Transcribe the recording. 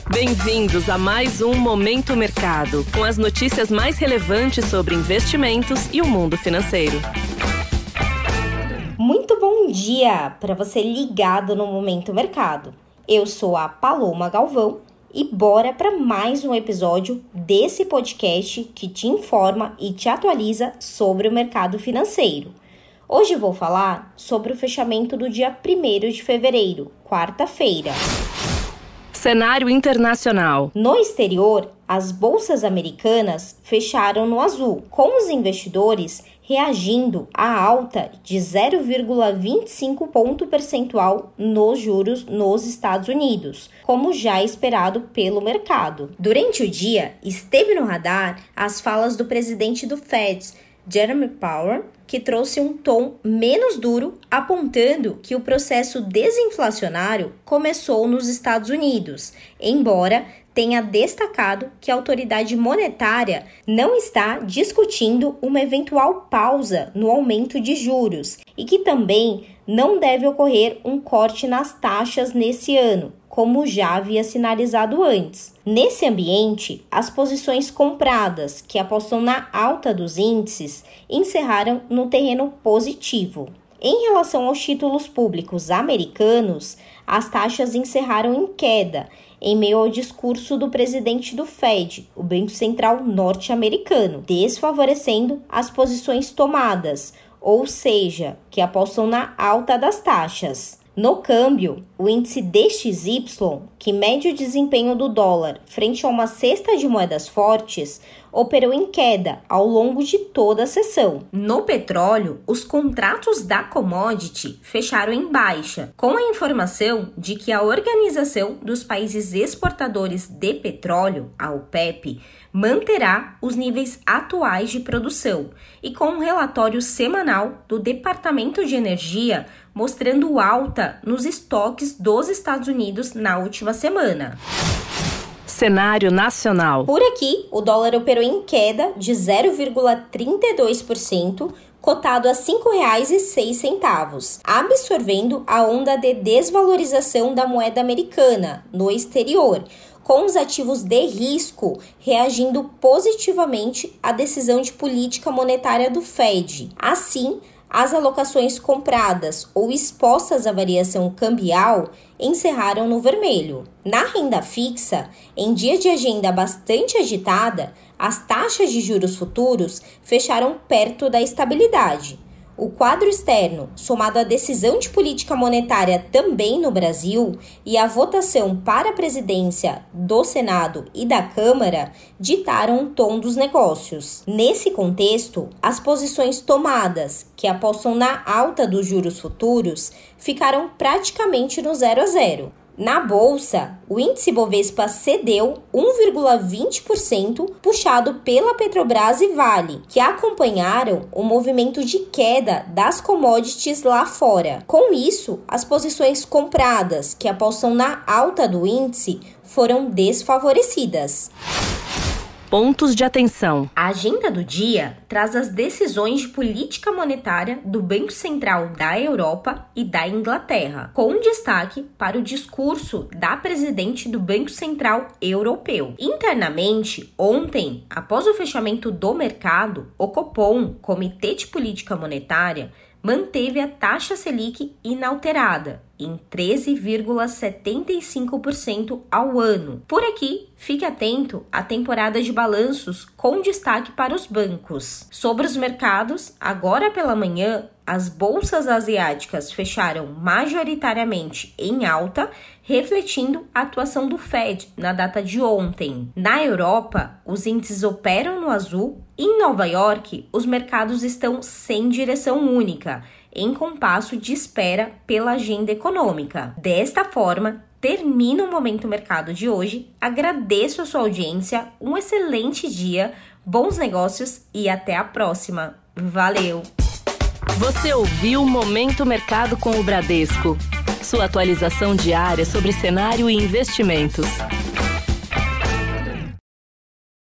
Bem-vindos a mais um Momento Mercado, com as notícias mais relevantes sobre investimentos e o mundo financeiro. Muito bom dia para você ligado no Momento Mercado. Eu sou a Paloma Galvão e bora para mais um episódio desse podcast que te informa e te atualiza sobre o mercado financeiro. Hoje vou falar sobre o fechamento do dia 1º de fevereiro, quarta-feira. Cenário internacional. No exterior, as bolsas americanas fecharam no azul, com os investidores reagindo à alta de 0,25 ponto percentual nos juros nos Estados Unidos, como já esperado pelo mercado. Durante o dia, esteve no radar as falas do presidente do Fed, Jerome Powell, que trouxe um tom menos duro, apontando que o processo desinflacionário começou nos Estados Unidos, embora tenha destacado que a autoridade monetária não está discutindo uma eventual pausa no aumento de juros e que também não deve ocorrer um corte nas taxas nesse ano, como já havia sinalizado antes. Nesse ambiente, as posições compradas, que apostam na alta dos índices, encerraram no terreno positivo. Em relação aos títulos públicos americanos, as taxas encerraram em queda, em meio ao discurso do presidente do Fed, o Banco Central norte-americano, desfavorecendo as posições tomadas, ou seja, que apostam na alta das taxas. No câmbio, o índice DXY, que mede o desempenho do dólar frente a uma cesta de moedas fortes, operou em queda ao longo de toda a sessão. No petróleo, os contratos da commodity fecharam em baixa, com a informação de que a Organização dos Países Exportadores de Petróleo, a OPEP, manterá os níveis atuais de produção e com um relatório semanal do Departamento de Energia mostrando alta nos estoques dos Estados Unidos na última semana. Cenário nacional. Por aqui, o dólar operou em queda de 0,32%, cotado a R$ 5,06, absorvendo a onda de desvalorização da moeda americana no exterior, com os ativos de risco reagindo positivamente à decisão de política monetária do Fed. Assim, as alocações compradas ou expostas à variação cambial encerraram no vermelho. Na renda fixa, em dia de agenda bastante agitada, as taxas de juros futuros fecharam perto da estabilidade. O quadro externo, somado à decisão de política monetária também no Brasil e a votação para a presidência do Senado e da Câmara, ditaram o tom dos negócios. Nesse contexto, as posições tomadas, que apostam na alta dos juros futuros, ficaram praticamente no 0 a 0. Na bolsa, o índice Bovespa cedeu 1,20%, puxado pela Petrobras e Vale, que acompanharam o movimento de queda das commodities lá fora. Com isso, as posições compradas, que apostam na alta do índice, foram desfavorecidas. Pontos de atenção. A agenda do dia traz as decisões de política monetária do Banco Central da Europa e da Inglaterra, com destaque para o discurso da presidente do Banco Central Europeu. Internamente, ontem, após o fechamento do mercado, o Copom, Comitê de Política Monetária, manteve a taxa Selic inalterada, em 13,75% ao ano. Por aqui, fique atento à temporada de balanços com destaque para os bancos. Sobre os mercados, agora pela manhã, as bolsas asiáticas fecharam majoritariamente em alta, refletindo a atuação do Fed na data de ontem. Na Europa, os índices operam no azul. Em Nova York, os mercados estão sem direção única, em compasso de espera pela agenda econômica. Desta forma, termina o Momento Mercado de hoje. Agradeço a sua audiência, um excelente dia, bons negócios e até a próxima. Valeu! Você ouviu Momento Mercado com o Bradesco. Sua atualização diária sobre cenário e investimentos.